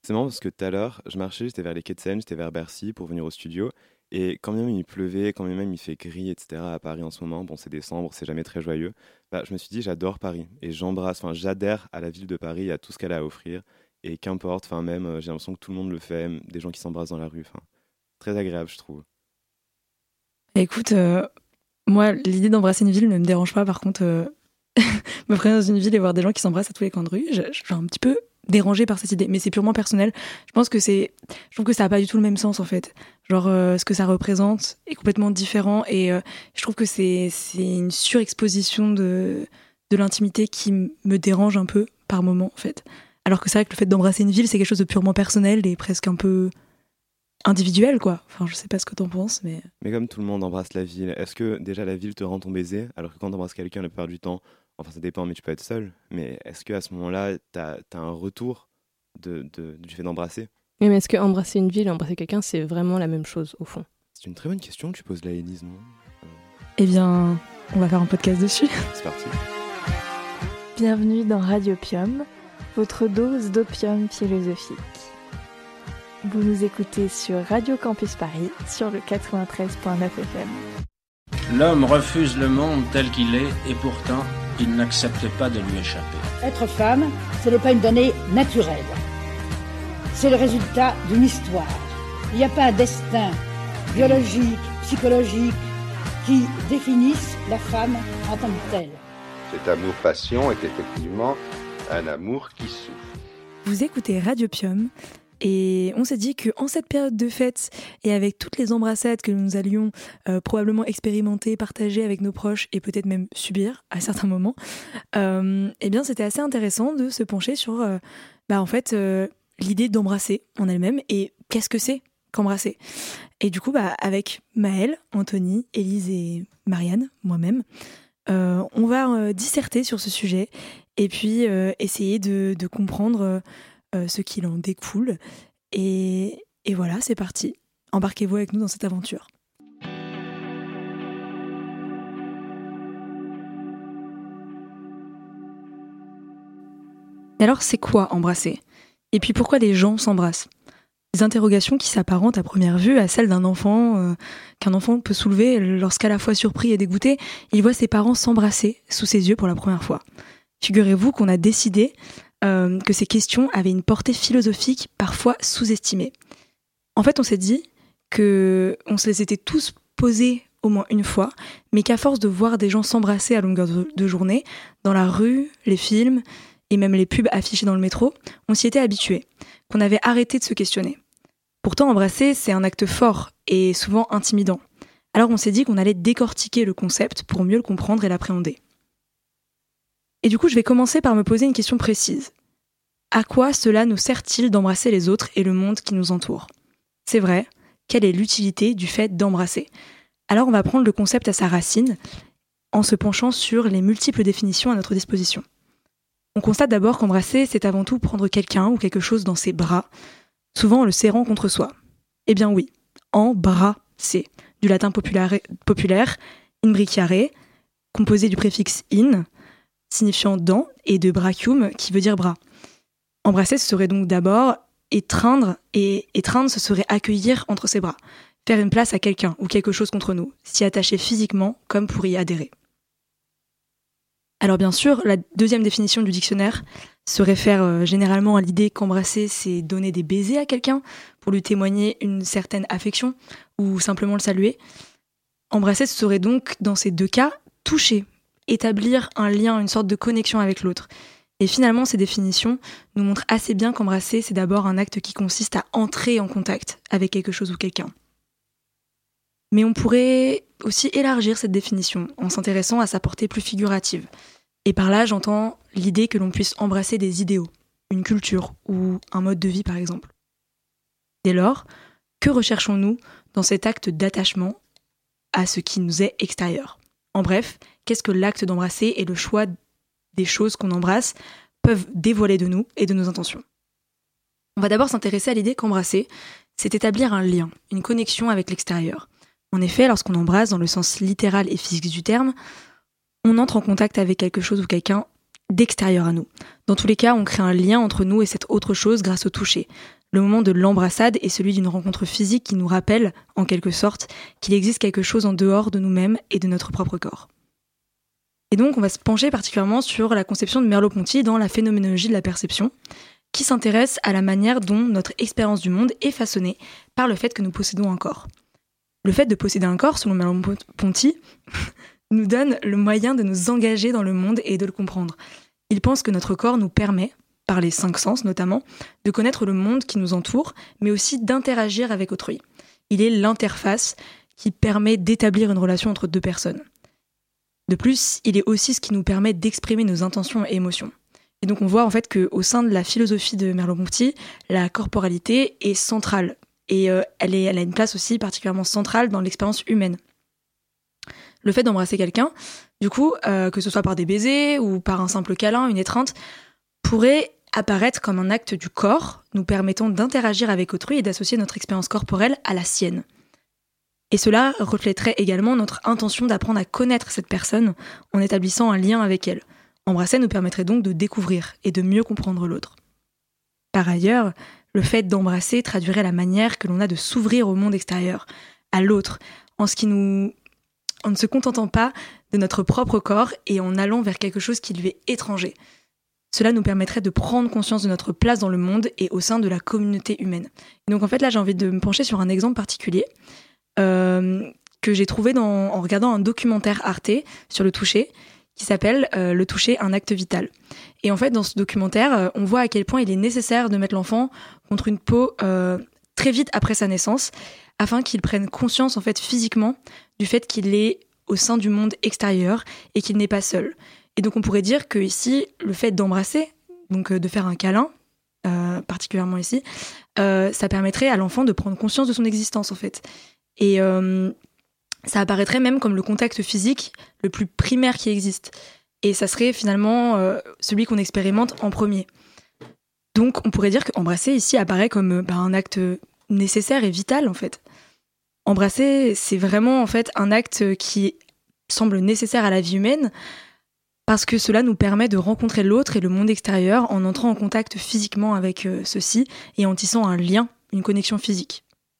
C'est marrant parce que tout à l'heure, je marchais, j'étais vers les quais de Seine, j'étais vers Bercy pour venir au studio. Et quand bien même il pleuvait, quand bien même il fait gris, etc. à Paris en ce moment, bon c'est décembre, c'est jamais très joyeux, bah, je me suis dit j'adore Paris et j'adhère à la ville de Paris, à tout ce qu'elle a à offrir. Et qu'importe, enfin même, j'ai l'impression que tout le monde le fait, même des gens qui s'embrassent dans la rue, enfin, très agréable je trouve. Écoute, moi, l'idée d'embrasser une ville ne me dérange pas. Par contre, me promener dans une ville et voir des gens qui s'embrassent à tous les coins de rue, je suis un petit peu dérangée par cette idée. Mais c'est purement personnel. Je trouve que ça n'a pas du tout le même sens en fait. Genre, ce que ça représente est complètement différent et je trouve que c'est une surexposition de l'intimité qui me dérange un peu par moment en fait. Alors que c'est vrai que le fait d'embrasser une ville, c'est quelque chose de purement personnel et presque un peu individuel quoi. Enfin, je sais pas ce que t'en penses, mais Mais comme tout le monde embrasse la ville, est-ce que déjà la ville te rend ton baiser, alors que quand t'embrasses quelqu'un la plupart du temps, enfin ça dépend, mais tu peux être seul, mais est-ce que à ce moment-là, t'as un retour du fait d'embrasser? Oui, mais est-ce que embrasser une ville, embrasser quelqu'un, c'est vraiment la même chose au fond? C'est une très bonne question que tu poses là, Élise, non? eh bien, on va faire un podcast dessus. C'est parti. Bienvenue dans Radiopium, votre dose d'opium philosophique. Vous nous écoutez sur Radio Campus Paris, sur le 93.9 FM. L'homme refuse le monde tel qu'il est et pourtant, il n'accepte pas de lui échapper. Être femme, ce n'est pas une donnée naturelle. C'est le résultat d'une histoire. Il n'y a pas un destin biologique, psychologique qui définisse la femme en tant que telle. Cet amour-passion est effectivement un amour qui souffre. Vous écoutez Radiopium et on s'est dit qu'en cette période de fête et avec toutes les embrassades que nous allions probablement expérimenter, partager avec nos proches et peut-être même subir à certains moments, eh bien c'était assez intéressant de se pencher sur l'idée d'embrasser en elle-même et qu'est-ce que c'est qu'embrasser. Et du coup, avec Maëlle, Anthony, Élise et Marianne, moi-même, on va disserter sur ce sujet et puis essayer de comprendre ce qu'il en découle. Et voilà, c'est parti. Embarquez-vous avec nous dans cette aventure. Alors, c'est quoi embrasser ? Et puis pourquoi les gens s'embrassent ? Des interrogations qui s'apparentent à première vue à celles d'un enfant, qu'un enfant peut soulever lorsqu'à la fois surpris et dégoûté, il voit ses parents s'embrasser sous ses yeux pour la première fois. Figurez-vous qu'on a décidé que ces questions avaient une portée philosophique parfois sous-estimée. En fait, on s'est dit qu'on se les était tous posées au moins une fois, mais qu'à force de voir des gens s'embrasser à longueur de journée, dans la rue, les films et même les pubs affichés dans le métro, on s'y était habitué, qu'on avait arrêté de se questionner. Pourtant, embrasser, c'est un acte fort et souvent intimidant. Alors on s'est dit qu'on allait décortiquer le concept pour mieux le comprendre et l'appréhender. Et du coup, je vais commencer par me poser une question précise. À quoi cela nous sert-il d'embrasser les autres et le monde qui nous entoure ? C'est vrai, quelle est l'utilité du fait d'embrasser ? Alors on va prendre le concept à sa racine en se penchant sur les multiples définitions à notre disposition. On constate d'abord qu'embrasser, c'est avant tout prendre quelqu'un ou quelque chose dans ses bras, souvent en le serrant contre soi. Eh bien oui, embrasser, du latin populaire, imbriciare, composé du préfixe in, signifiant dans, et de brachium, qui veut dire bras. Embrasser, ce serait donc d'abord étreindre, et étreindre, ce serait accueillir entre ses bras, faire une place à quelqu'un ou quelque chose contre nous, s'y attacher physiquement comme pour y adhérer. Alors bien sûr, la deuxième définition du dictionnaire se réfère généralement à l'idée qu'embrasser, c'est donner des baisers à quelqu'un pour lui témoigner une certaine affection ou simplement le saluer. Embrasser, ce serait donc, dans ces deux cas, toucher, établir un lien, une sorte de connexion avec l'autre. Et finalement, ces définitions nous montrent assez bien qu'embrasser, c'est d'abord un acte qui consiste à entrer en contact avec quelque chose ou quelqu'un. Mais on pourrait aussi élargir cette définition en s'intéressant à sa portée plus figurative. Et par là, j'entends l'idée que l'on puisse embrasser des idéaux, une culture ou un mode de vie par exemple. Dès lors, que recherchons-nous dans cet acte d'attachement à ce qui nous est extérieur ? En bref, qu'est-ce que l'acte d'embrasser et le choix des choses qu'on embrasse peuvent dévoiler de nous et de nos intentions ? On va d'abord s'intéresser à l'idée qu'embrasser, c'est établir un lien, une connexion avec l'extérieur. En effet, lorsqu'on embrasse dans le sens littéral et physique du terme, on entre en contact avec quelque chose ou quelqu'un d'extérieur à nous. Dans tous les cas, on crée un lien entre nous et cette autre chose grâce au toucher. Le moment de l'embrassade est celui d'une rencontre physique qui nous rappelle, en quelque sorte, qu'il existe quelque chose en dehors de nous-mêmes et de notre propre corps. Et donc, on va se pencher particulièrement sur la conception de Merleau-Ponty dans la phénoménologie de la perception, qui s'intéresse à la manière dont notre expérience du monde est façonnée par le fait que nous possédons un corps. Le fait de posséder un corps, selon Merleau-Ponty, nous donne le moyen de nous engager dans le monde et de le comprendre. Il pense que notre corps nous permet, par les 5 sens notamment, de connaître le monde qui nous entoure, mais aussi d'interagir avec autrui. Il est l'interface qui permet d'établir une relation entre 2 personnes. De plus, il est aussi ce qui nous permet d'exprimer nos intentions et émotions. Et donc on voit en fait qu'au sein de la philosophie de Merleau-Ponty, la corporalité est centrale. Et elle a une place aussi particulièrement centrale dans l'expérience humaine. Le fait d'embrasser quelqu'un, du coup, que ce soit par des baisers ou par un simple câlin, une étreinte, pourrait apparaître comme un acte du corps, nous permettant d'interagir avec autrui et d'associer notre expérience corporelle à la sienne. Et cela reflèterait également notre intention d'apprendre à connaître cette personne en établissant un lien avec elle. Embrasser nous permettrait donc de découvrir et de mieux comprendre l'autre. Par ailleurs, le fait d'embrasser traduirait la manière que l'on a de s'ouvrir au monde extérieur, à l'autre, en ne se contentant pas de notre propre corps et en allant vers quelque chose qui lui est étranger. Cela nous permettrait de prendre conscience de notre place dans le monde et au sein de la communauté humaine. Et donc en fait là j'ai envie de me pencher sur un exemple particulier que j'ai trouvé en regardant un documentaire Arte sur le toucher qui s'appelle Le toucher, un acte vital. Et en fait dans ce documentaire on voit à quel point il est nécessaire de mettre l'enfant contre une peau très vite après sa naissance afin qu'il prenne conscience en fait physiquement du fait qu'il est au sein du monde extérieur et qu'il n'est pas seul. Et donc on pourrait dire que ici, le fait d'embrasser, donc de faire un câlin, particulièrement ici, ça permettrait à l'enfant de prendre conscience de son existence en fait. Et ça apparaîtrait même comme le contact physique le plus primaire qui existe. Et ça serait finalement celui qu'on expérimente en premier. Donc on pourrait dire qu'embrasser ici apparaît comme un acte nécessaire et vital en fait. Embrasser, c'est vraiment en fait un acte qui semble nécessaire à la vie humaine parce que cela nous permet de rencontrer l'autre et le monde extérieur en entrant en contact physiquement avec ceux-ci et en tissant un lien, une connexion physique.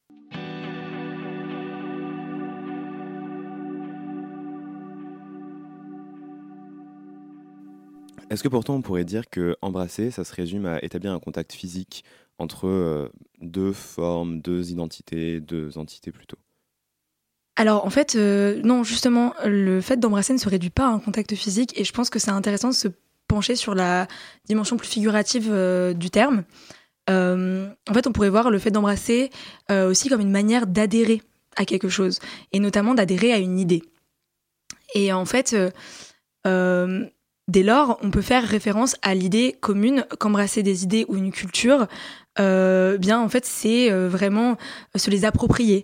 Est-ce que pourtant on pourrait dire que embrasser, ça se résume à établir un contact physique entre 2 formes, 2 identités, 2 entités plutôt? Alors en fait, non, justement, le fait d'embrasser ne se réduit pas à un contact physique et je pense que c'est intéressant de se pencher sur la dimension plus figurative du terme. En fait, on pourrait voir le fait d'embrasser aussi comme une manière d'adhérer à quelque chose et notamment d'adhérer à une idée. Et en fait, dès lors, on peut faire référence à l'idée commune qu'embrasser des idées ou une culture, bien en fait c'est vraiment se les approprier,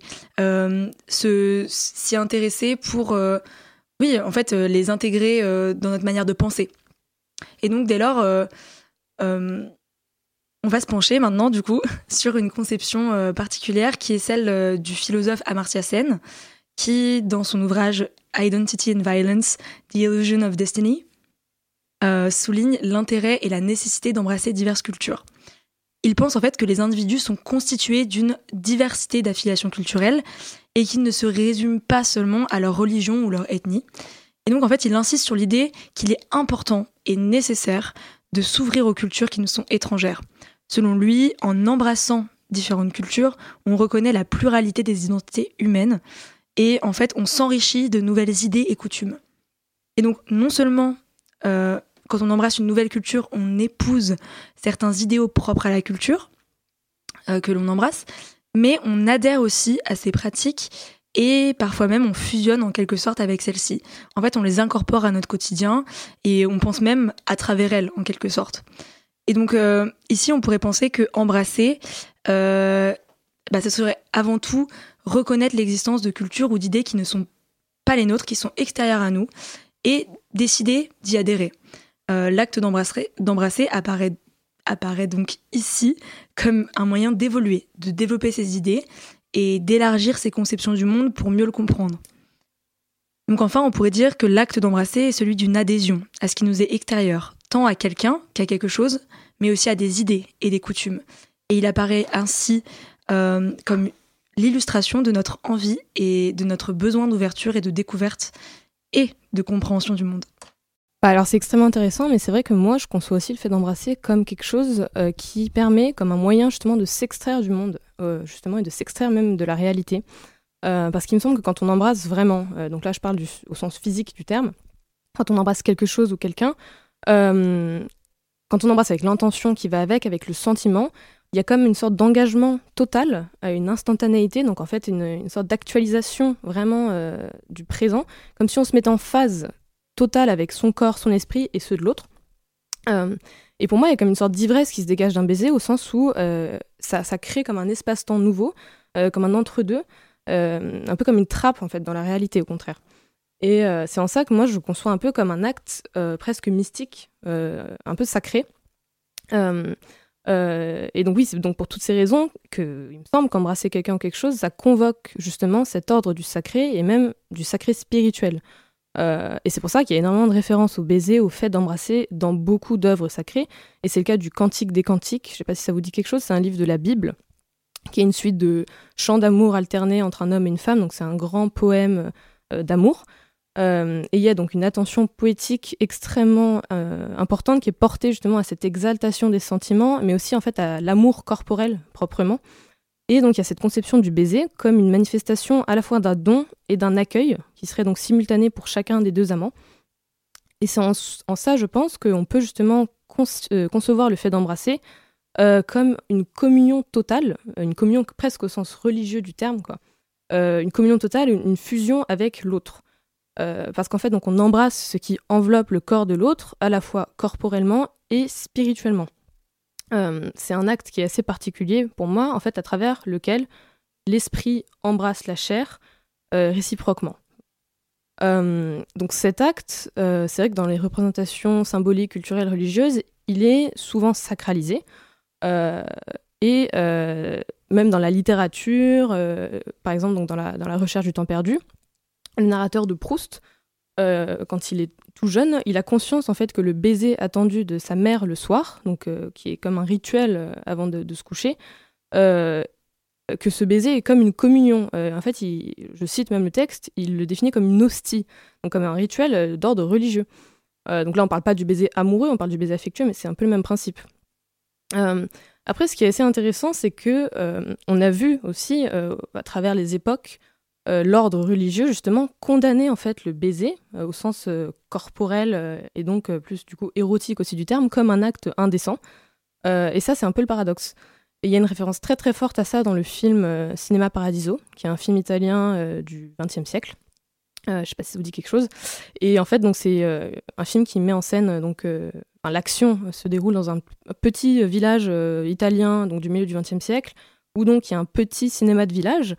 s'y intéresser pour les intégrer dans notre manière de penser. Et donc dès lors on va se pencher maintenant du coup sur une conception particulière qui est celle du philosophe Amartya Sen qui dans son ouvrage Identity and Violence, The Illusion of Destiny souligne l'intérêt et la nécessité d'embrasser diverses cultures. Il pense en fait que les individus sont constitués d'une diversité d'affiliations culturelles et qu'ils ne se résument pas seulement à leur religion ou leur ethnie. Et donc en fait, il insiste sur l'idée qu'il est important et nécessaire de s'ouvrir aux cultures qui nous sont étrangères. Selon lui, en embrassant différentes cultures, on reconnaît la pluralité des identités humaines et en fait, on s'enrichit de nouvelles idées et coutumes. Et donc non seulement quand on embrasse une nouvelle culture, on épouse certains idéaux propres à la culture que l'on embrasse, mais on adhère aussi à ces pratiques et parfois même on fusionne en quelque sorte avec celles-ci. En fait, on les incorpore à notre quotidien et on pense même à travers elles en quelque sorte. Et donc ici, on pourrait penser que embrasser, ce serait avant tout reconnaître l'existence de cultures ou d'idées qui ne sont pas les nôtres, qui sont extérieures à nous et décider d'y adhérer. L'acte d'embrasser apparaît donc ici comme un moyen d'évoluer, de développer ses idées et d'élargir ses conceptions du monde pour mieux le comprendre. Donc enfin, on pourrait dire que l'acte d'embrasser est celui d'une adhésion à ce qui nous est extérieur, tant à quelqu'un qu'à quelque chose, mais aussi à des idées et des coutumes. Et il apparaît ainsi comme l'illustration de notre envie et de notre besoin d'ouverture et de découverte et de compréhension du monde. Alors c'est extrêmement intéressant, mais c'est vrai que moi je conçois aussi le fait d'embrasser comme quelque chose qui permet, comme un moyen justement de s'extraire du monde, justement, et de s'extraire même de la réalité. Parce qu'il me semble que quand on embrasse vraiment, donc là je parle au sens physique du terme, quand on embrasse quelque chose ou quelqu'un, quand on embrasse avec l'intention qui va avec le sentiment, il y a comme une sorte d'engagement total, une instantanéité, donc en fait une sorte d'actualisation vraiment du présent, comme si on se mettait en phase totale avec son corps, son esprit et ceux de l'autre. Et pour moi, il y a comme une sorte d'ivresse qui se dégage d'un baiser, au sens où ça crée comme un espace-temps nouveau, comme un entre-deux, un peu comme une trappe en fait dans la réalité au contraire. Et c'est en ça que moi je conçois un peu comme un acte presque mystique, un peu sacré. Et donc oui, c'est donc pour toutes ces raisons qu'il me semble qu'embrasser quelqu'un ou quelque chose, ça convoque justement cet ordre du sacré et même du sacré spirituel. Et c'est pour ça qu'il y a énormément de références au baiser, au fait d'embrasser dans beaucoup d'œuvres sacrées. Et c'est le cas du Cantique des Cantiques. Je ne sais pas si ça vous dit quelque chose, c'est un livre de la Bible qui est une suite de chants d'amour alternés entre un homme et une femme. Donc c'est un grand poème d'amour. Et il y a donc une attention poétique extrêmement importante qui est portée justement à cette exaltation des sentiments, mais aussi en fait à l'amour corporel proprement. Et donc il y a cette conception du baiser comme une manifestation à la fois d'un don et d'un accueil qui serait donc simultané pour chacun des deux amants. Et c'est en ça, je pense, qu'on peut justement concevoir le fait d'embrasser comme une communion totale, une communion presque au sens religieux du terme, quoi. Une communion totale, une fusion avec l'autre. Parce qu'en fait, donc, on embrasse ce qui enveloppe le corps de l'autre, à la fois corporellement et spirituellement. C'est un acte qui est assez particulier pour moi, en fait, à travers lequel l'esprit embrasse la chair réciproquement. Donc cet acte, c'est vrai que dans les représentations symboliques, culturelles, religieuses, il est souvent sacralisé. Et même dans la littérature, par exemple donc dans la recherche du temps perdu, le narrateur de Proust, quand il est tout jeune, il a conscience en fait que le baiser attendu de sa mère le soir, donc qui est comme un rituel avant de se coucher, que ce baiser est comme une communion. En fait, je cite même le texte, il le définit comme une hostie, donc comme un rituel d'ordre religieux. Donc là, on ne parle pas du baiser amoureux, on parle du baiser affectueux, mais c'est un peu le même principe. Après, ce qui est assez intéressant, c'est que on a vu aussi, à travers les époques, l'ordre religieux justement condamner en fait le baiser au sens corporel et donc plus du coup érotique aussi du terme comme un acte indécent. Et ça, c'est un peu le paradoxe. Et il y a une référence très très forte à ça dans le film Cinéma Paradiso, qui est un film italien du XXe siècle. Je ne sais pas si ça vous dit quelque chose. Et en fait, donc c'est un film qui met en scène l'action se déroule dans un petit village italien donc du milieu du XXe siècle, où donc il y a un petit cinéma de village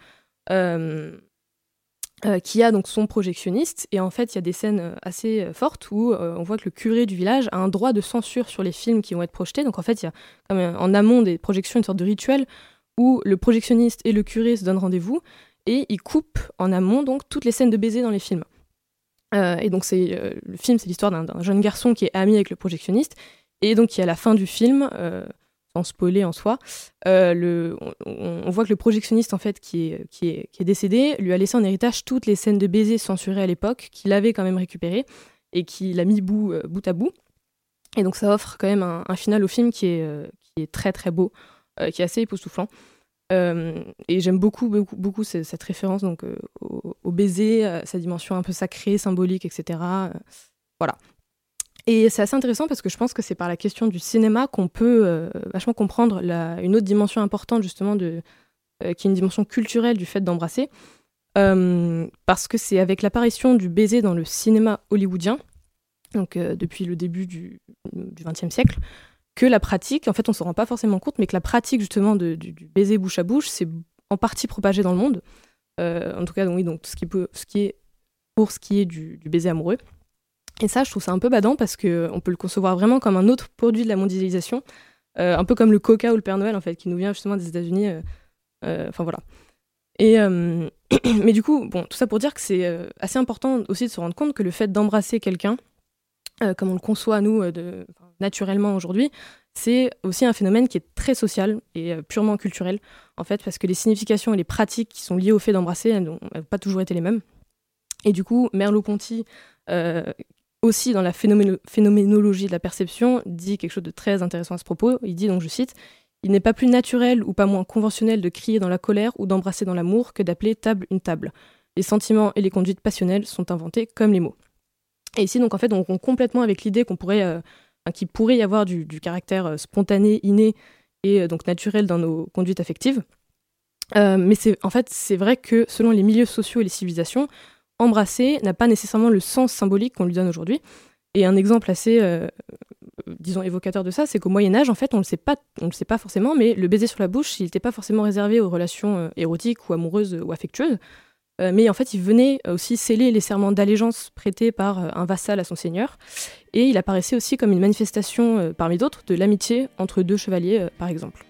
qui a donc son projectionniste, et en fait il y a des scènes assez fortes où on voit que le curé du village a un droit de censure sur les films qui vont être projetés. Donc en fait il y a comme en amont des projections une sorte de rituel où le projectionniste et le curé se donnent rendez-vous et ils coupent en amont donc toutes les scènes de baiser dans les films. Et donc le film, c'est l'histoire d'un jeune garçon qui est ami avec le projectionniste, et donc qui à la fin du film, sans spoiler en soi, on voit que le projectionniste en fait qui est décédé lui a laissé en héritage toutes les scènes de baiser censurées à l'époque, qu'il avait quand même récupérées et qu'il a mis bout à bout. Et donc ça offre quand même un final au film qui est très très beau, qui est assez époustouflant. Et j'aime beaucoup cette référence donc au baiser, sa dimension un peu sacrée, symbolique, etc. Voilà. Et c'est assez intéressant parce que je pense que c'est par la question du cinéma qu'on peut vachement comprendre une autre dimension importante justement qui est une dimension culturelle du fait d'embrasser, parce que c'est avec l'apparition du baiser dans le cinéma hollywoodien, donc depuis le début du XXe siècle, que la pratique, en fait on ne s'en rend pas forcément compte, mais que la pratique justement du baiser bouche à bouche, c'est en partie propagé dans le monde. En tout cas, donc, oui, donc ce qui est du baiser amoureux. Et ça, je trouve ça un peu badant parce qu'on peut le concevoir vraiment comme un autre produit de la mondialisation, un peu comme le Coca ou le Père Noël, en fait, qui nous vient justement des États-Unis. Enfin voilà. Et, mais du coup, bon, tout ça pour dire que c'est assez important aussi de se rendre compte que le fait d'embrasser quelqu'un, comme on le conçoit nous naturellement aujourd'hui, c'est aussi un phénomène qui est très social et purement culturel, en fait, parce que les significations et les pratiques qui sont liées au fait d'embrasser, elles n'ont pas toujours été les mêmes. Et du coup, Merleau-Ponty, aussi dans la phénoménologie de la perception, dit quelque chose de très intéressant à ce propos. Il dit, donc je cite, « Il n'est pas plus naturel ou pas moins conventionnel de crier dans la colère ou d'embrasser dans l'amour que d'appeler table une table. Les sentiments et les conduites passionnelles sont inventés comme les mots. » Et ici, donc en fait, on rompt complètement avec l'idée qu'il pourrait y avoir du caractère spontané, inné et donc naturel dans nos conduites affectives. Mais c'est vrai que selon les milieux sociaux et les civilisations, embrasser n'a pas nécessairement le sens symbolique qu'on lui donne aujourd'hui. Et un exemple assez, évocateur de ça, c'est qu'au Moyen-Âge, en fait, on le sait pas forcément, mais le baiser sur la bouche, il n'était pas forcément réservé aux relations érotiques ou amoureuses ou affectueuses. Mais en fait, il venait aussi sceller les serments d'allégeance prêtés par un vassal à son seigneur. Et il apparaissait aussi comme une manifestation, parmi d'autres, de l'amitié entre deux chevaliers, par exemple.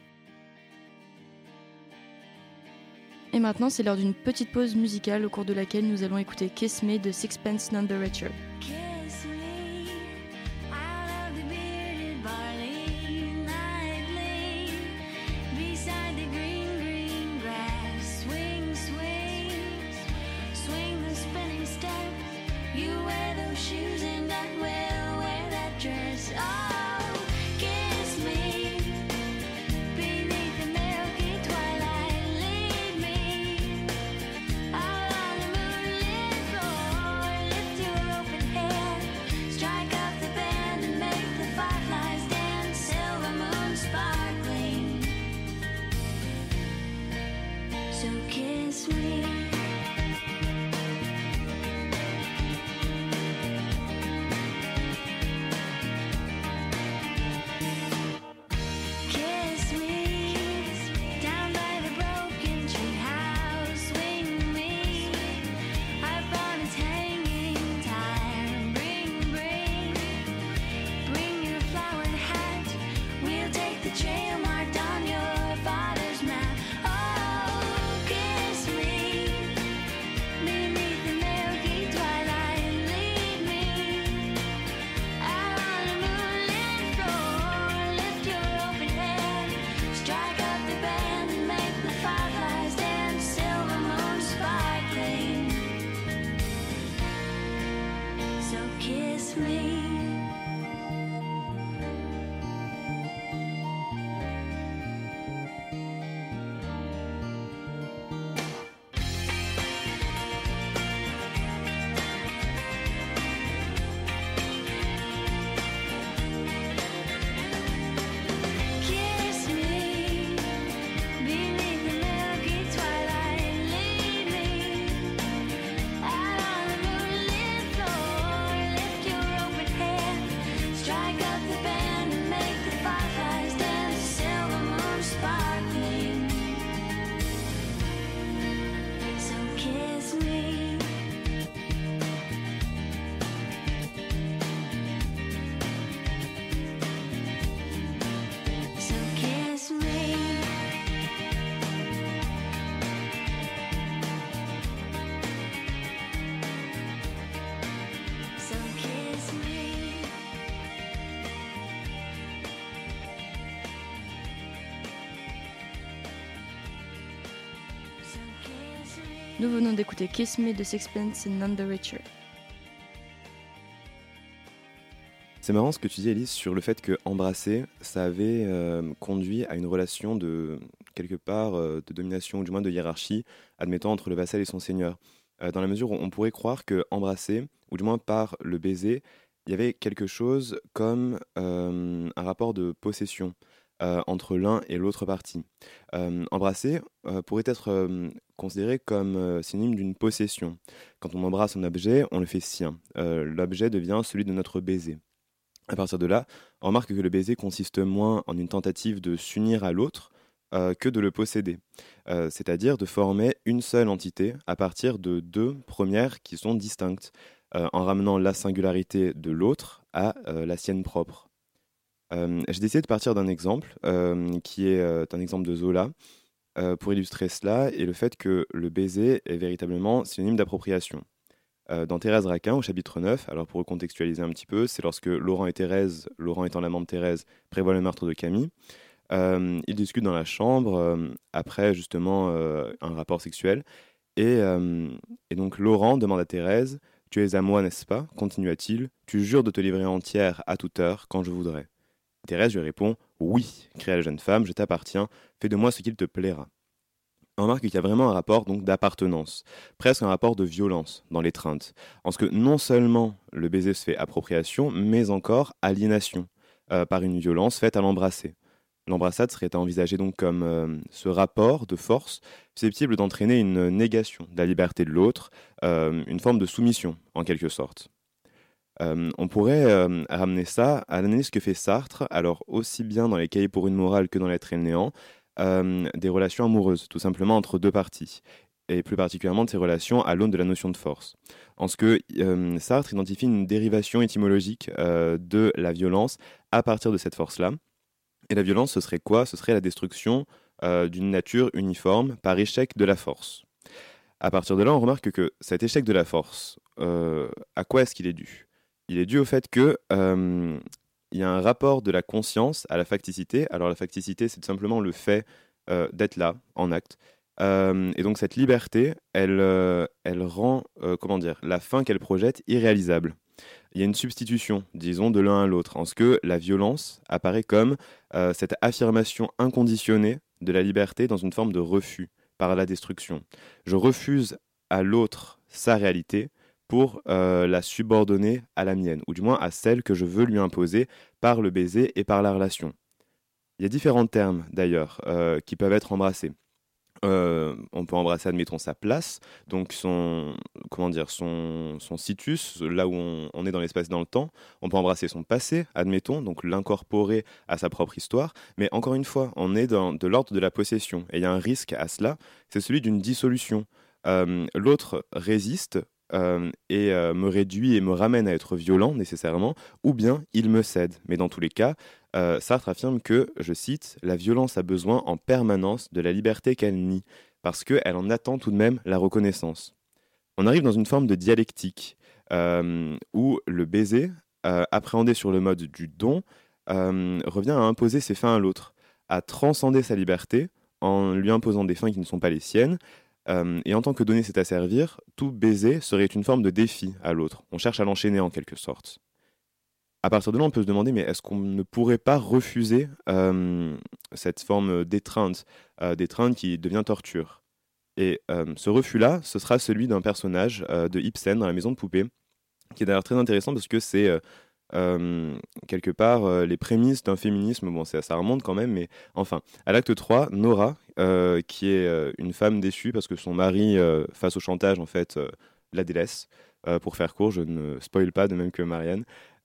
Et maintenant, c'est l'heure d'une petite pause musicale au cours de laquelle nous allons écouter Kiss Me de Sixpence None the Richer. Nous venons d'écouter Kiss Me de Sixpence None the Richer. C'est marrant ce que tu dis, Elise, sur le fait que embrasser, ça avait conduit à une relation de, quelque part, de domination, ou du moins de hiérarchie, admettant entre le vassal et son seigneur. Dans la mesure où on pourrait croire que embrasser, ou du moins par le baiser, il y avait quelque chose comme un rapport de possession entre l'un et l'autre partie. Embrasser pourrait être considéré comme synonyme d'une possession. Quand on embrasse un objet, on le fait sien. L'objet devient celui de notre baiser. À partir de là, on remarque que le baiser consiste moins en une tentative de s'unir à l'autre que de le posséder. C'est-à-dire de former une seule entité à partir de deux premières qui sont distinctes, en ramenant la singularité de l'autre à la sienne propre. J'ai décidé de partir d'un exemple qui est un exemple de Zola pour illustrer cela et le fait que le baiser est véritablement synonyme d'appropriation. dans Thérèse Raquin, au chapitre 9. Alors pour recontextualiser un petit peu, c'est lorsque Laurent et Thérèse, Laurent étant l'amant de Thérèse, prévoient le meurtre de Camille. Ils discutent dans la chambre, après justement un rapport sexuel. Et donc Laurent demande à Thérèse: Tu es à moi, n'est-ce pas? Continua-t-il. Tu jures de te livrer entière à toute heure quand je voudrais. Thérèse lui répond: Oui, cria la jeune femme, je t'appartiens, fais de moi ce qu'il te plaira. On remarque qu'il y a vraiment un rapport donc d'appartenance, presque un rapport de violence dans l'étreinte, en ce que non seulement le baiser se fait appropriation, mais encore aliénation, par une violence faite à l'embrasser. L'embrassade serait envisagée donc comme ce rapport de force susceptible d'entraîner une négation de la liberté de l'autre, une forme de soumission en quelque sorte. On pourrait ramener ça à l'analyse que fait Sartre, alors aussi bien dans les Cahiers pour une morale que dans L'être et le néant, des relations amoureuses, tout simplement entre deux parties, et plus particulièrement de ces relations à l'aune de la notion de force. En ce que Sartre identifie une dérivation étymologique de la violence à partir de cette force-là. Et la violence, ce serait quoi? Ce serait la destruction d'une nature uniforme par échec de la force. À partir de là, on remarque que cet échec de la force, à quoi est-ce qu'il est dû? Il est dû au fait que il y a un rapport de la conscience à la facticité. Alors la facticité, c'est tout simplement le fait d'être là, en acte. Et donc cette liberté, elle rend, la fin qu'elle projette irréalisable. Il y a une substitution, disons, de l'un à l'autre, en ce que la violence apparaît comme cette affirmation inconditionnée de la liberté dans une forme de refus par la destruction. Je refuse à l'autre sa réalité pour la subordonner à la mienne, ou du moins à celle que je veux lui imposer par le baiser et par la relation. Il y a différents termes, d'ailleurs, qui peuvent être embrassés. On peut embrasser, admettons, sa place, donc son situs, là où on est dans l'espace et dans le temps. On peut embrasser son passé, admettons, donc l'incorporer à sa propre histoire. Mais encore une fois, on est de l'ordre de la possession. Et il y a un risque à cela, c'est celui d'une dissolution. L'autre résiste et me réduit et me ramène à être violent nécessairement, ou bien il me cède. Mais dans tous les cas, Sartre affirme que, je cite, « La violence a besoin en permanence de la liberté qu'elle nie, parce qu'elle en attend tout de même la reconnaissance. » On arrive dans une forme de dialectique, où le baiser, appréhendé sur le mode du don, revient à imposer ses fins à l'autre, à transcender sa liberté en lui imposant des fins qui ne sont pas les siennes, et en tant que donné c'est à servir, tout baiser serait une forme de défi à l'autre. On cherche à l'enchaîner en quelque sorte. À partir de là, on peut se demander, mais est-ce qu'on ne pourrait pas refuser cette forme d'étreinte qui devient torture? Et ce refus-là, ce sera celui d'un personnage de Ibsen dans La Maison de Poupée, qui est d'ailleurs très intéressant parce que c'est quelque part les prémices d'un féminisme. Bon, ça remonte quand même, mais enfin, à l'acte 3, Nora, qui est une femme déçue parce que son mari, face au chantage, en fait, la délaisse. Pour faire court, je ne spoil pas, de même que Marianne.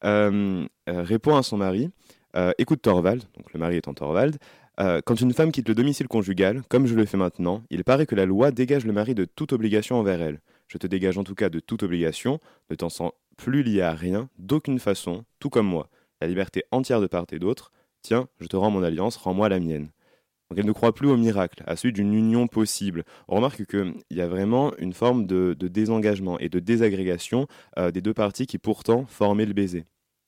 Répond à son mari: écoute Thorvald, donc le mari étant Thorvald, quand une femme quitte le domicile conjugal, comme je le fais maintenant, il paraît que la loi dégage le mari de toute obligation envers elle. Je te dégage en tout cas de toute obligation, ne t'en sens plus lié à rien, d'aucune façon, tout comme moi. La liberté entière de part et d'autre. Tiens, je te rends mon alliance, rends-moi la mienne. Donc elle ne croit plus au miracle, à celui d'une union possible. On remarque qu'il y a vraiment une forme de désengagement et de désagrégation des deux parties qui pourtant formaient le baiser.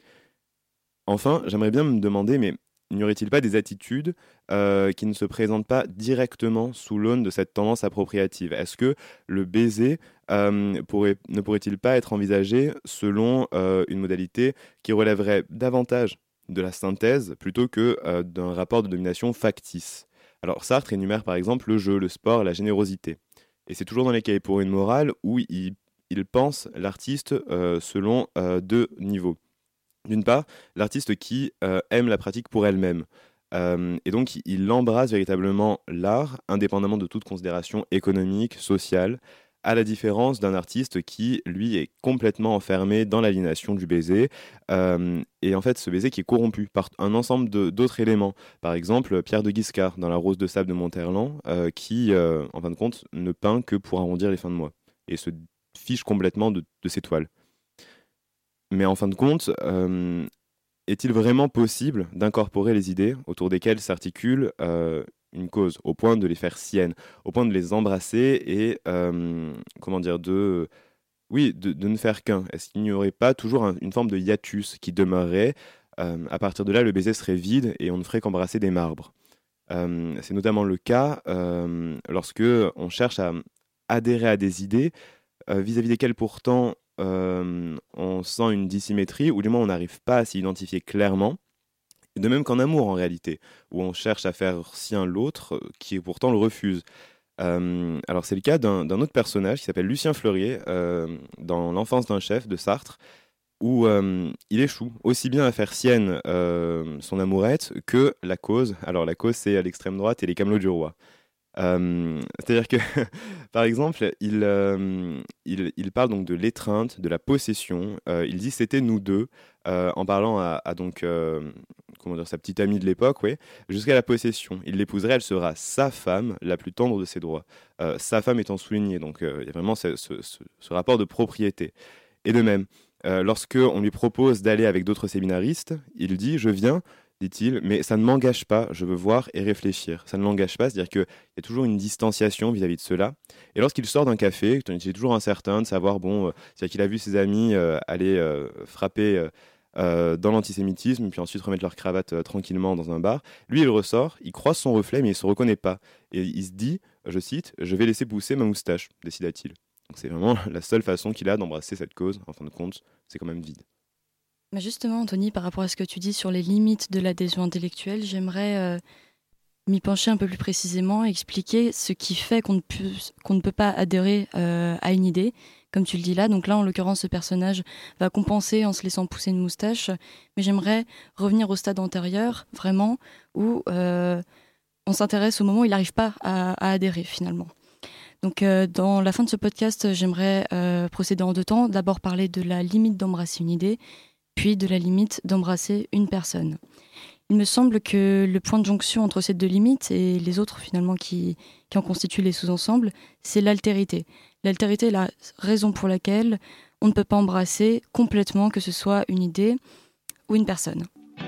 Enfin, j'aimerais bien me demander, mais n'y aurait-il pas des attitudes qui ne se présentent pas directement sous l'aune de cette tendance appropriative? Est-ce que le baiser ne pourrait-il pas être envisagé selon une modalité qui relèverait davantage de la synthèse plutôt que d'un rapport de domination factice? Alors Sartre énumère par exemple le jeu, le sport, la générosité. Et c'est toujours dans les Cahiers pour une morale où il pense l'artiste selon deux niveaux. D'une part, l'artiste qui aime la pratique pour elle-même. Et donc, il embrasse véritablement l'art, indépendamment de toute considération économique, sociale, à la différence d'un artiste qui, lui, est complètement enfermé dans l'aliénation du baiser. Et en fait, ce baiser qui est corrompu par un ensemble d'autres éléments. Par exemple, Pierre de Guiscard, dans La Rose de sable de Monterland, qui, en fin de compte, ne peint que pour arrondir les fins de mois. Et se fiche complètement de ses toiles. Mais en fin de compte, est-il vraiment possible d'incorporer les idées autour desquelles s'articule une cause, au point de les faire siennes, au point de les embrasser et de ne faire qu'un? Est-ce qu'il n'y aurait pas toujours une forme de hiatus qui demeurerait? À partir de là, le baiser serait vide et on ne ferait qu'embrasser des marbres. C'est notamment le cas lorsque on cherche à adhérer à des idées vis-à-vis desquelles pourtant on sent une dissymétrie, ou du moins on n'arrive pas à s'identifier clairement. De même qu'en amour en réalité, où on cherche à faire sien l'autre qui pourtant le refuse. Alors c'est le cas d'un autre personnage qui s'appelle Lucien Fleurier dans L'enfance d'un chef de Sartre, où il échoue aussi bien à faire sienne son amourette que la cause. Alors la cause, c'est à l'extrême droite et les camelots du roi. C'est-à-dire que, par exemple, il parle donc de l'étreinte, de la possession. Il dit c'était nous deux, en parlant à donc comment dire, sa petite amie de l'époque, ouais, jusqu'à la possession. Il l'épouserait, elle sera sa femme, la plus tendre de ses droits. Sa femme étant soulignée, donc il y a vraiment ce rapport de propriété. Et de même, lorsque on lui propose d'aller avec d'autres séminaristes, il dit je viens, dit-il, mais ça ne m'engage pas, je veux voir et réfléchir. Ça ne l'engage pas, c'est-à-dire qu'il y a toujours une distanciation vis-à-vis de cela. Et lorsqu'il sort d'un café, il est toujours incertain de savoir, c'est-à-dire qu'il a vu ses amis aller frapper dans l'antisémitisme, puis ensuite remettre leur cravate tranquillement dans un bar. Lui, il ressort, il croise son reflet, mais il ne se reconnaît pas. Et il se dit, je cite, « Je vais laisser pousser ma moustache », décida-t-il. Donc c'est vraiment la seule façon qu'il a d'embrasser cette cause. En fin de compte, c'est quand même vide. Mais justement, Anthony, par rapport à ce que tu dis sur les limites de l'adhésion intellectuelle, j'aimerais m'y pencher un peu plus précisément, expliquer ce qui fait qu'on ne peut pas adhérer à une idée, comme tu le dis là. Donc là, en l'occurrence, ce personnage va compenser en se laissant pousser une moustache. Mais j'aimerais revenir au stade antérieur, vraiment, où on s'intéresse au moment où il n'arrive pas à adhérer, finalement. Donc dans la fin de ce podcast, j'aimerais procéder en deux temps. D'abord parler de la limite d'embrasser une idée, puis de la limite d'embrasser une personne. Il me semble que le point de jonction entre ces deux limites et les autres finalement qui en constituent les sous-ensembles, c'est l'altérité. L'altérité est la raison pour laquelle on ne peut pas embrasser complètement que ce soit une idée ou une personne.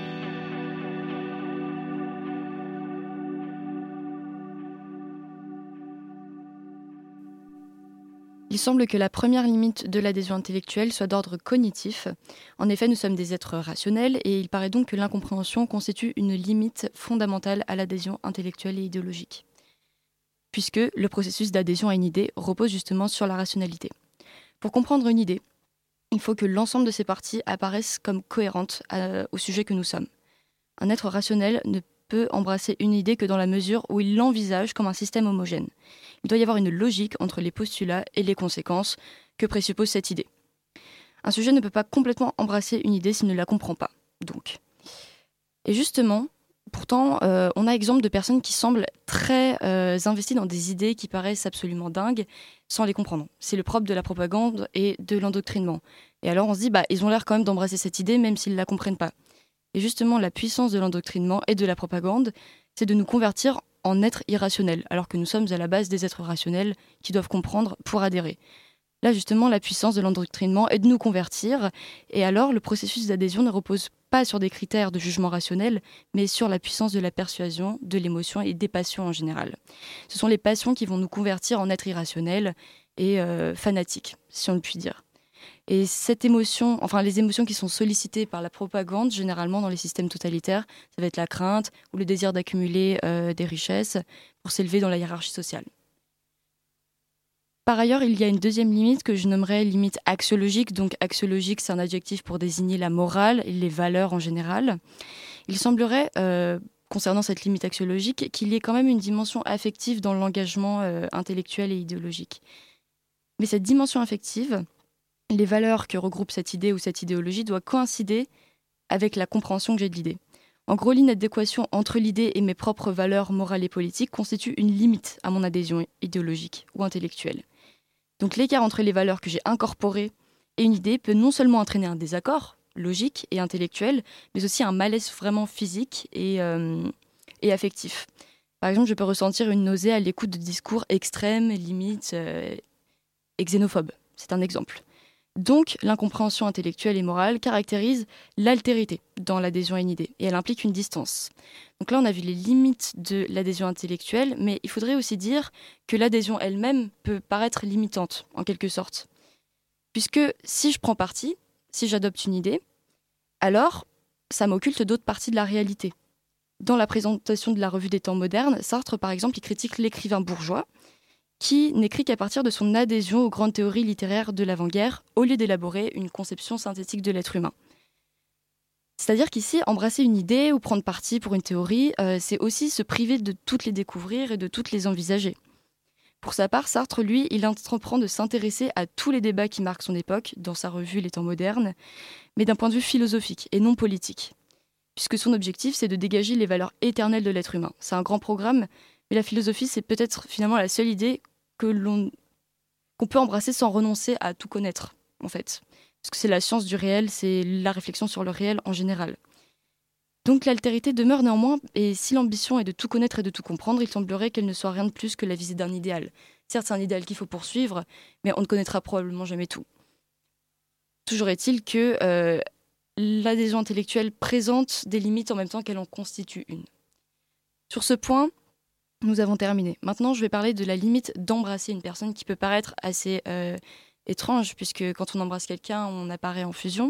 Il semble que la première limite de l'adhésion intellectuelle soit d'ordre cognitif. En effet, nous sommes des êtres rationnels et il paraît donc que l'incompréhension constitue une limite fondamentale à l'adhésion intellectuelle et idéologique, puisque le processus d'adhésion à une idée repose justement sur la rationalité. Pour comprendre une idée, il faut que l'ensemble de ses parties apparaissent comme cohérentes au sujet que nous sommes. Un être rationnel ne peut embrasser une idée que dans la mesure où il l'envisage comme un système homogène. Il doit y avoir une logique entre les postulats et les conséquences que présuppose cette idée. Un sujet ne peut pas complètement embrasser une idée s'il ne la comprend pas, donc. Et justement, pourtant, on a exemple de personnes qui semblent très investies dans des idées qui paraissent absolument dingues sans les comprendre. C'est le propre de la propagande et de l'endoctrinement. Et alors on se dit, ils ont l'air quand même d'embrasser cette idée même s'ils ne la comprennent pas. Et justement, la puissance de l'endoctrinement et de la propagande, c'est de nous convertir en êtres irrationnels, alors que nous sommes à la base des êtres rationnels qui doivent comprendre pour adhérer. Là, justement, la puissance de l'endoctrinement est de nous convertir, et alors le processus d'adhésion ne repose pas sur des critères de jugement rationnel, mais sur la puissance de la persuasion, de l'émotion et des passions en général. Ce sont les passions qui vont nous convertir en êtres irrationnels et fanatiques, si on le peut dire. Et cette émotion, enfin les émotions qui sont sollicitées par la propagande, généralement dans les systèmes totalitaires, ça va être la crainte ou le désir d'accumuler des richesses pour s'élever dans la hiérarchie sociale. Par ailleurs, il y a une deuxième limite que je nommerais limite axiologique. Donc axiologique, c'est un adjectif pour désigner la morale et les valeurs en général. Il semblerait, concernant cette limite axiologique, qu'il y ait quand même une dimension affective dans l'engagement intellectuel et idéologique. Mais cette dimension affective, les valeurs que regroupe cette idée ou cette idéologie doivent coïncider avec la compréhension que j'ai de l'idée. En gros, l'inadéquation entre l'idée et mes propres valeurs morales et politiques constitue une limite à mon adhésion idéologique ou intellectuelle. Donc l'écart entre les valeurs que j'ai incorporées et une idée peut non seulement entraîner un désaccord logique et intellectuel, mais aussi un malaise vraiment physique et affectif. Par exemple, je peux ressentir une nausée à l'écoute de discours extrêmes, limites et xénophobes. C'est un exemple. Donc, l'incompréhension intellectuelle et morale caractérise l'altérité dans l'adhésion à une idée, et elle implique une distance. Donc là, on a vu les limites de l'adhésion intellectuelle, mais il faudrait aussi dire que l'adhésion elle-même peut paraître limitante, en quelque sorte. Puisque si je prends parti, si j'adopte une idée, alors ça m'occulte d'autres parties de la réalité. Dans la présentation de la Revue des temps modernes, Sartre, par exemple, il critique l'écrivain bourgeois qui n'écrit qu'à partir de son adhésion aux grandes théories littéraires de l'avant-guerre, au lieu d'élaborer une conception synthétique de l'être humain. C'est-à-dire qu'ici, embrasser une idée ou prendre parti pour une théorie, c'est aussi se priver de toutes les découvrir et de toutes les envisager. Pour sa part, Sartre, lui, il entreprend de s'intéresser à tous les débats qui marquent son époque, dans sa revue Les Temps modernes, mais d'un point de vue philosophique et non politique. Puisque son objectif, c'est de dégager les valeurs éternelles de l'être humain. C'est un grand programme, mais la philosophie, c'est peut-être finalement la seule idée qu'on peut embrasser sans renoncer à tout connaître, en fait. Parce que c'est la science du réel, c'est la réflexion sur le réel en général. Donc l'altérité demeure néanmoins, et si l'ambition est de tout connaître et de tout comprendre, il semblerait qu'elle ne soit rien de plus que la visée d'un idéal. Certes, c'est un idéal qu'il faut poursuivre, mais on ne connaîtra probablement jamais tout. Toujours est-il que l'adhésion intellectuelle présente des limites en même temps qu'elle en constitue une. Sur ce point, nous avons terminé. Maintenant, je vais parler de la limite d'embrasser une personne qui peut paraître assez étrange, puisque quand on embrasse quelqu'un, on apparaît en fusion.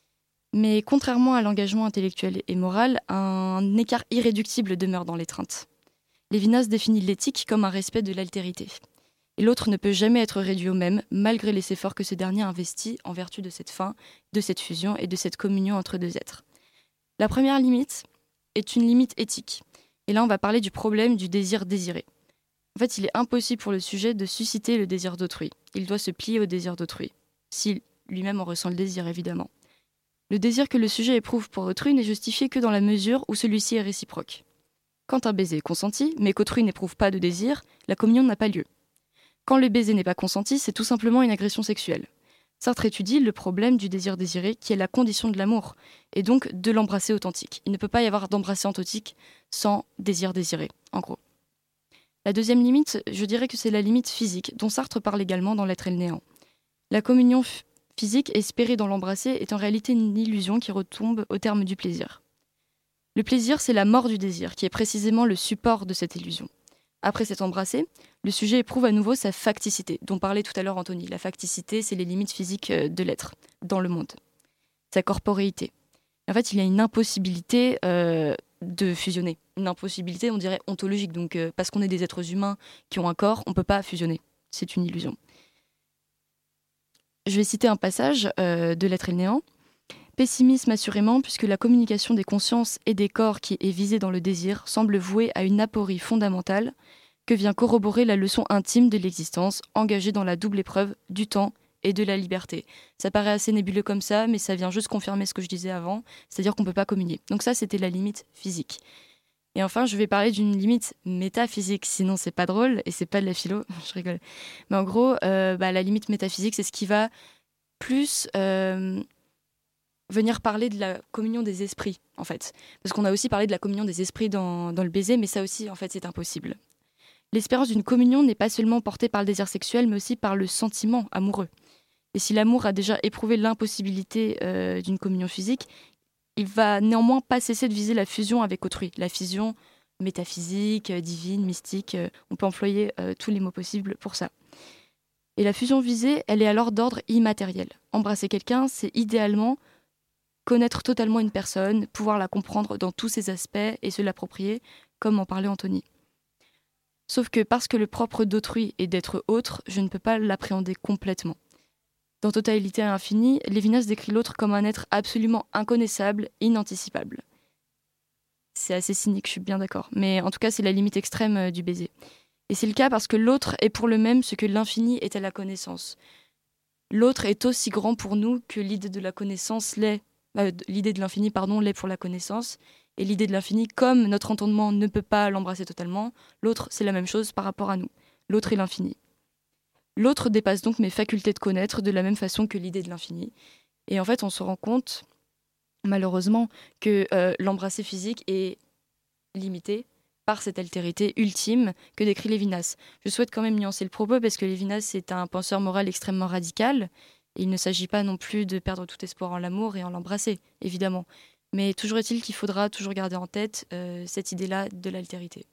Mais contrairement à l'engagement intellectuel et moral, un écart irréductible demeure dans l'étreinte. Lévinas définit l'éthique comme un respect de l'altérité. Et l'autre ne peut jamais être réduit au même, malgré les efforts que ce dernier investit en vertu de cette fin, de cette fusion et de cette communion entre deux êtres. La première limite est une limite éthique. Et là, on va parler du problème du désir désiré. En fait, il est impossible pour le sujet de susciter le désir d'autrui. Il doit se plier au désir d'autrui, si lui-même en ressent le désir, évidemment. Le désir que le sujet éprouve pour autrui n'est justifié que dans la mesure où celui-ci est réciproque. Quand un baiser est consenti, mais qu'autrui n'éprouve pas de désir, la communion n'a pas lieu. Quand le baiser n'est pas consenti, c'est tout simplement une agression sexuelle. Sartre étudie le problème du désir désiré, qui est la condition de l'amour, et donc de l'embrasser authentique. Il ne peut pas y avoir d'embrasser authentique sans désir désiré, en gros. La deuxième limite, je dirais que c'est la limite physique, dont Sartre parle également dans L'être et le néant. La communion physique espérée dans l'embrasser est en réalité une illusion qui retombe au terme du plaisir. Le plaisir, c'est la mort du désir, qui est précisément le support de cette illusion. Après s'être embrassé, le sujet éprouve à nouveau sa facticité, dont parlait tout à l'heure Anthony. La facticité, c'est les limites physiques de l'être, dans le monde. Sa corporéité. En fait, il y a une impossibilité de fusionner. Une impossibilité, on dirait, ontologique. Donc, parce qu'on est des êtres humains qui ont un corps, on ne peut pas fusionner. C'est une illusion. Je vais citer un passage de L'être et le néant. Pessimisme assurément, puisque la communication des consciences et des corps qui est visée dans le désir semble vouée à une aporie fondamentale que vient corroborer la leçon intime de l'existence, engagée dans la double épreuve du temps et de la liberté. Ça paraît assez nébuleux comme ça, mais ça vient juste confirmer ce que je disais avant, c'est-à-dire qu'on ne peut pas communier. Donc ça, c'était la limite physique. Et enfin, je vais parler d'une limite métaphysique, sinon c'est pas drôle, et c'est pas de la philo, je rigole. Mais en gros, la limite métaphysique, c'est ce qui va plus venir parler de la communion des esprits, en fait. Parce qu'on a aussi parlé de la communion des esprits dans le baiser, mais ça aussi, en fait, c'est impossible. L'espérance d'une communion n'est pas seulement portée par le désir sexuel, mais aussi par le sentiment amoureux. Et si l'amour a déjà éprouvé l'impossibilité d'une communion physique, il va néanmoins pas cesser de viser la fusion avec autrui. La fusion métaphysique, divine, mystique, on peut employer tous les mots possibles pour ça. Et la fusion visée, elle est alors d'ordre immatériel. Embrasser quelqu'un, c'est idéalement connaître totalement une personne, pouvoir la comprendre dans tous ses aspects et se l'approprier, comme en parlait Anthony. Sauf que parce que le propre d'autrui est d'être autre, je ne peux pas l'appréhender complètement. Dans Totalité infinie, Lévinas décrit l'autre comme un être absolument inconnaissable, inanticipable. C'est assez cynique, je suis bien d'accord. Mais en tout cas, c'est la limite extrême du baiser. Et c'est le cas parce que l'autre est pour le même ce que l'infini est à la connaissance. L'autre est aussi grand pour nous que l'idée de la connaissance l'est. L'idée de l'infini, l'est pour la connaissance. Et l'idée de l'infini, comme notre entendement ne peut pas l'embrasser totalement, l'autre, c'est la même chose par rapport à nous. L'autre est l'infini. L'autre dépasse donc mes facultés de connaître de la même façon que l'idée de l'infini. Et en fait, on se rend compte, malheureusement, que l'embrasser physique est limité par cette altérité ultime que décrit Lévinas. Je souhaite quand même nuancer le propos parce que Lévinas est un penseur moral extrêmement radical. Et il ne s'agit pas non plus de perdre tout espoir en l'amour et en l'embrasser, évidemment. Mais toujours est-il qu'il faudra toujours garder en tête cette idée-là de l'altérité.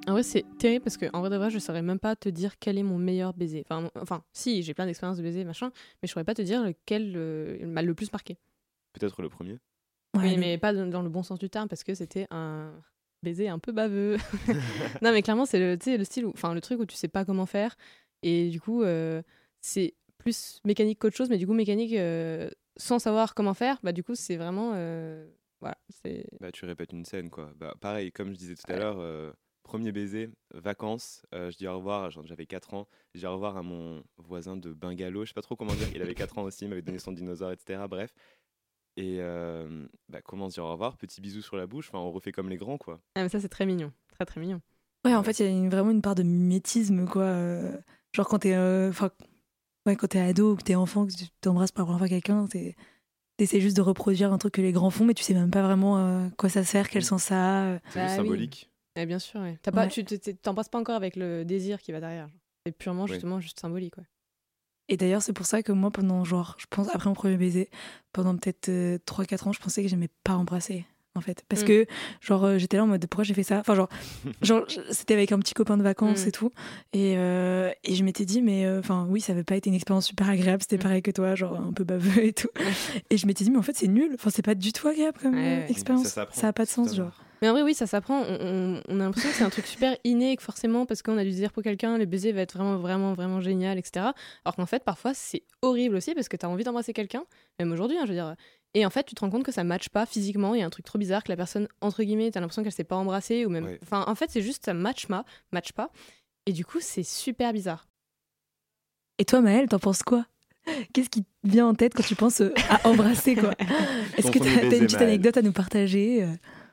En vrai, c'est terrible parce qu'en vrai de vrai, je saurais même pas te dire quel est mon meilleur baiser. Enfin si, j'ai plein d'expériences de baiser, machin, mais je saurais pas te dire lequel m'a le plus marqué. Peut-être le premier. Oui, mais pas dans le bon sens du terme, parce que c'était un baiser un peu baveux. Non, mais clairement, c'est le style, le truc où tu sais pas comment faire, et du coup, c'est plus mécanique qu'autre chose, mais du coup, mécanique sans savoir comment faire, bah du coup, c'est vraiment... voilà, c'est... Bah, tu répètes une scène, quoi. Bah, pareil, comme je disais tout à l'heure, premier baiser, vacances, je dis au revoir, j'avais 4 ans, je dis au revoir à mon voisin de bungalow, je sais pas trop comment dire, il avait 4 ans aussi, il m'avait donné son dinosaure, etc. Bref. Et comment se dire au revoir, petit bisou sur la bouche, enfin, on refait comme les grands, quoi. Ah, mais ça, c'est très mignon, très très mignon. Ouais, en fait, il y a vraiment une part de mimétisme, quoi. Genre quand t'es quand t'es ado ou que t'es enfant, que tu t'embrasses pour la première fois quelqu'un, t'essaies juste de reproduire un truc que les grands font, mais tu sais même pas vraiment quoi ça sert, quel sens ça a. C'est juste symbolique. Oui. Bien sûr, ouais. Tu t'embrasses pas encore avec le désir qui va derrière. C'est purement justement juste symbolique, ouais. Et d'ailleurs, c'est pour ça que moi, pendant je pense après mon premier baiser, pendant peut-être 3-4 ans, je pensais que j'aimais pas embrasser. En fait, parce que j'étais là en mode pourquoi j'ai fait ça, enfin c'était avec un petit copain de vacances et tout, et je m'étais dit mais oui, ça avait pas été une expérience super agréable, c'était pareil que toi, genre un peu baveux et tout, et je m'étais dit mais en fait c'est nul, enfin c'est pas du tout agréable comme expérience, ça a pas de sens, genre. Mais en vrai, oui, ça s'apprend. On a l'impression que c'est un truc super inné, que forcément, parce qu'on a du désir pour quelqu'un, le baiser va être vraiment, vraiment, vraiment génial, etc. Alors qu'en fait, parfois, c'est horrible aussi, parce que t'as envie d'embrasser quelqu'un, même aujourd'hui, je veux dire. Et en fait, tu te rends compte que ça matche pas physiquement, il y a un truc trop bizarre, que la personne, entre guillemets, t'as l'impression qu'elle s'est pas embrassée, ou même. Ouais. Enfin, en fait, c'est juste ça matche pas. Et du coup, c'est super bizarre. Et toi, Maëlle, t'en penses quoi ? Qu'est-ce qui te vient en tête quand tu penses à embrasser, quoi ? Est-ce que t'as une petite anecdote à nous partager ?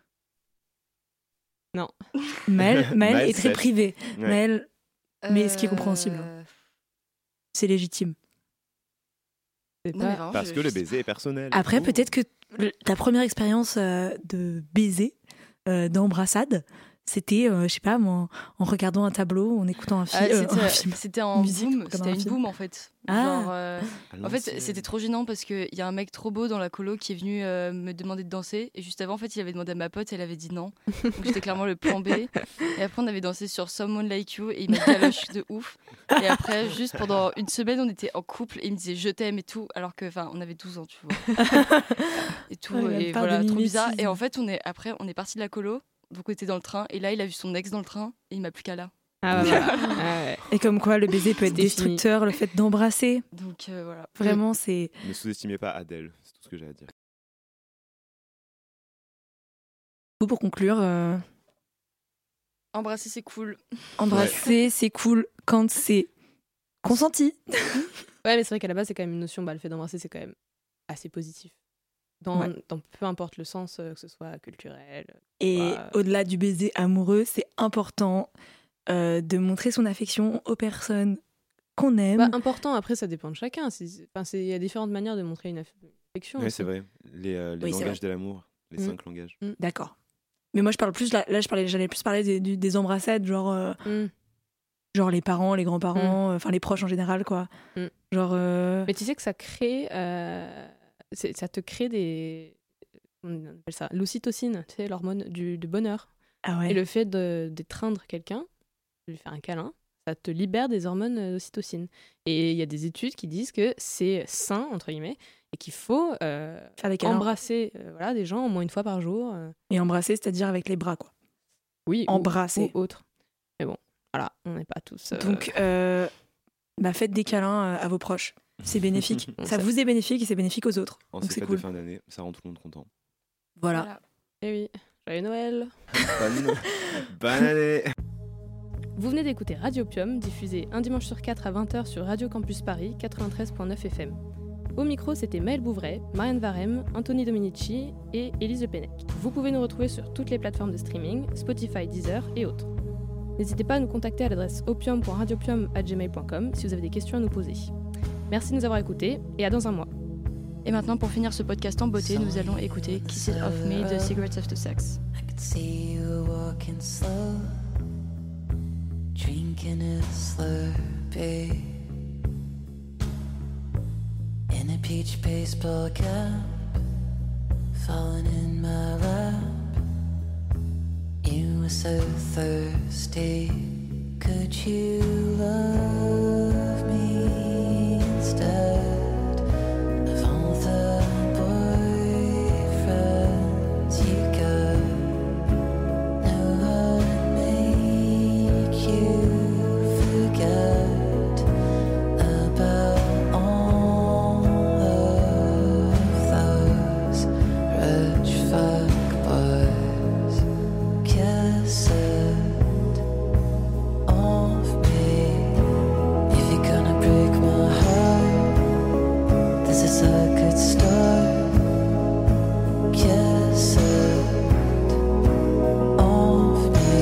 Non. Maëlle est très privée. Ouais. Maëlle, mais ce qui est compréhensible. C'est légitime. Parce que le baiser est personnel. Après, peut-être que ta première expérience de baiser, d'embrassade, c'était, je sais pas, en regardant un tableau, en écoutant un film. C'était en boom, c'était une boom en fait. Genre, en fait, c'était trop gênant parce qu'il y a un mec trop beau dans la colo qui est venu me demander de danser. Et juste avant, en fait, il avait demandé à ma pote, elle avait dit non. Donc j'étais clairement le plan B. Et après, on avait dansé sur Someone Like You et il m'a dit à l'âge de ouf. Et après, juste pendant une semaine, on était en couple et il me disait je t'aime et tout. Alors que, on avait 12 ans, tu vois. Et tout, et voilà, trop bizarre. Et en fait, on est parti de la colo. Donc on était dans le train et là il a vu son ex dans le train et il m'a plus qu'à là. Ah ouais. Et comme quoi le baiser peut être destructeur, le fait d'embrasser. Donc voilà. Vraiment c'est... Ne sous-estimez pas Adèle, c'est tout ce que j'ai à dire. Pour conclure... Embrasser c'est cool. Embrasser c'est cool quand c'est consenti. Ouais mais c'est vrai qu'à la base c'est quand même une notion, le fait d'embrasser c'est quand même assez positif. Dans peu importe le sens, que ce soit culturel. Et au-delà du baiser amoureux, c'est important de montrer son affection aux personnes qu'on aime. Important, après ça dépend de chacun. Il y a différentes manières de montrer une affection. Oui, c'est vrai. Les langages de l'amour, les 5 langages. D'accord. Mais moi je parle plus, j'allais plus parler des embrassades, genre les parents, les grands-parents, les proches en général, quoi. Mais tu sais que ça crée... ça te crée on appelle ça l'ocytocine, tu sais, l'hormone du bonheur. Ah ouais. Et le fait d'étreindre quelqu'un, de lui faire un câlin, ça te libère des hormones d'ocytocine. Et il y a des études qui disent que c'est sain, entre guillemets, et qu'il faut faire des câlins. Embrasser des gens au moins une fois par jour. Et embrasser, c'est-à-dire avec les bras, quoi. Oui, embrasser. Ou autre. Mais bon, voilà, on n'est pas tous... Donc, faites des câlins à vos proches. C'est bénéfique. Ça vous est bénéfique et c'est bénéfique aux autres. En donc ces c'est cool. De fin d'année, ça rend tout le monde content. Voilà. Et oui, joyeux Noël. Bonne année. Vous venez d'écouter Radiopium, diffusé un dimanche sur 4 à 20h sur Radio Campus Paris, 93.9 FM. Au micro, c'était Maëlle Bouvray, Marianne Varem, Anthony Dominici et Élise Le Pennec. Vous pouvez nous retrouver sur toutes les plateformes de streaming, Spotify, Deezer et autres. N'hésitez pas à nous contacter à l'adresse opium.radiopium@gmail.com si vous avez des questions à nous poser. Merci de nous avoir écoutés et à dans un mois. Et maintenant, pour finir ce podcast en beauté, nous allons écouter Kiss It Off Me de Cigarettes After Sex. I could see you walking slow, drinking a Slurpee in a peach baseball cap, falling in my lap. You was so thirsty. Could you love me instead of all the boyfriends you got? No one make you forget about all of those rich fuck boys. Kiss it off me. If you're gonna break my heart, this is a good start. Kiss it off me.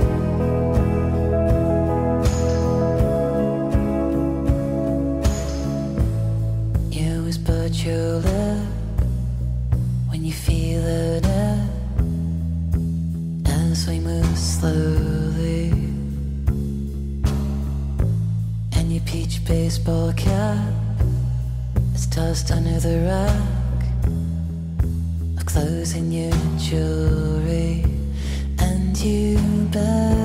You always bite your lip when you feel it as we move slowly. And your peach baseball cap is tossed under the rack of clothes and your jewelry. And you bet